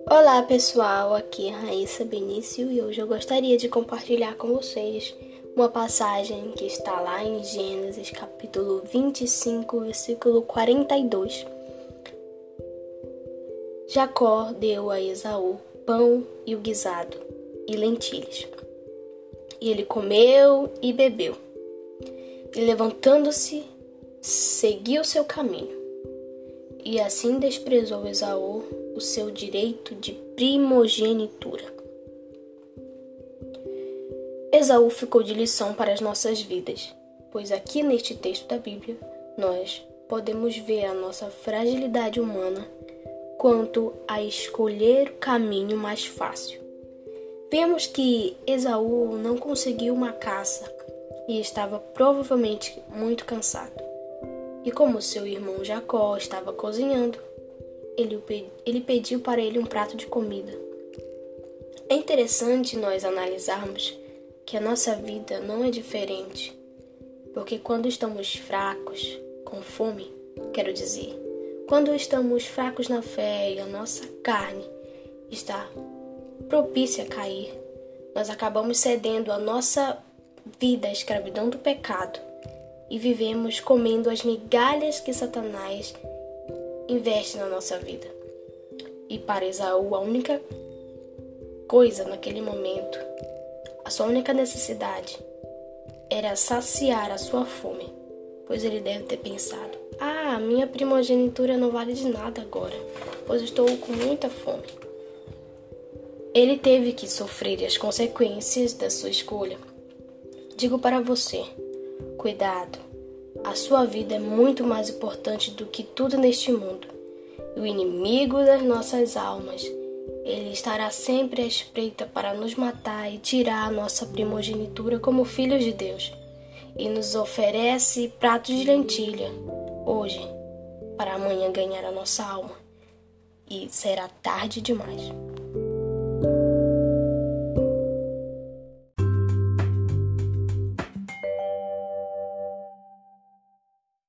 Olá pessoal, aqui é Raíssa Benício e hoje eu gostaria de compartilhar com vocês uma passagem que está lá em Gênesis capítulo 25, versículo 42. Jacó deu a Esaú pão e o guisado e lentilhas. E ele comeu e bebeu. E levantando-se, seguiu seu caminho. E assim desprezou Esaú o seu direito de primogenitura. Esaú ficou de lição para as nossas vidas, pois aqui neste texto da Bíblia nós podemos ver a nossa fragilidade humana quanto a escolher o caminho mais fácil. Vemos que Esaú não conseguiu uma caça e estava provavelmente muito cansado. E como seu irmão Jacó estava cozinhando, ele pediu para ele um prato de comida. É interessante nós analisarmos que a nossa vida não é diferente, porque quando estamos fracos, com fome, quando estamos fracos na fé e a nossa carne está propícia a cair, nós acabamos cedendo a nossa vida à escravidão do pecado e vivemos comendo as migalhas que Satanás investe na nossa vida. E para Esaú, a única coisa naquele momento, a sua única necessidade era saciar a sua fome, pois ele deve ter pensado: minha primogenitura não vale de nada agora, pois estou com muita fome. Ele teve que sofrer as consequências da sua escolha. Digo para você, cuidado, a sua vida é muito mais importante do que tudo neste mundo. E o inimigo das nossas almas, ele estará sempre à espreita para nos matar e tirar a nossa primogenitura como filhos de Deus. E nos oferece pratos de lentilha hoje, para amanhã ganhar a nossa alma. E será tarde demais.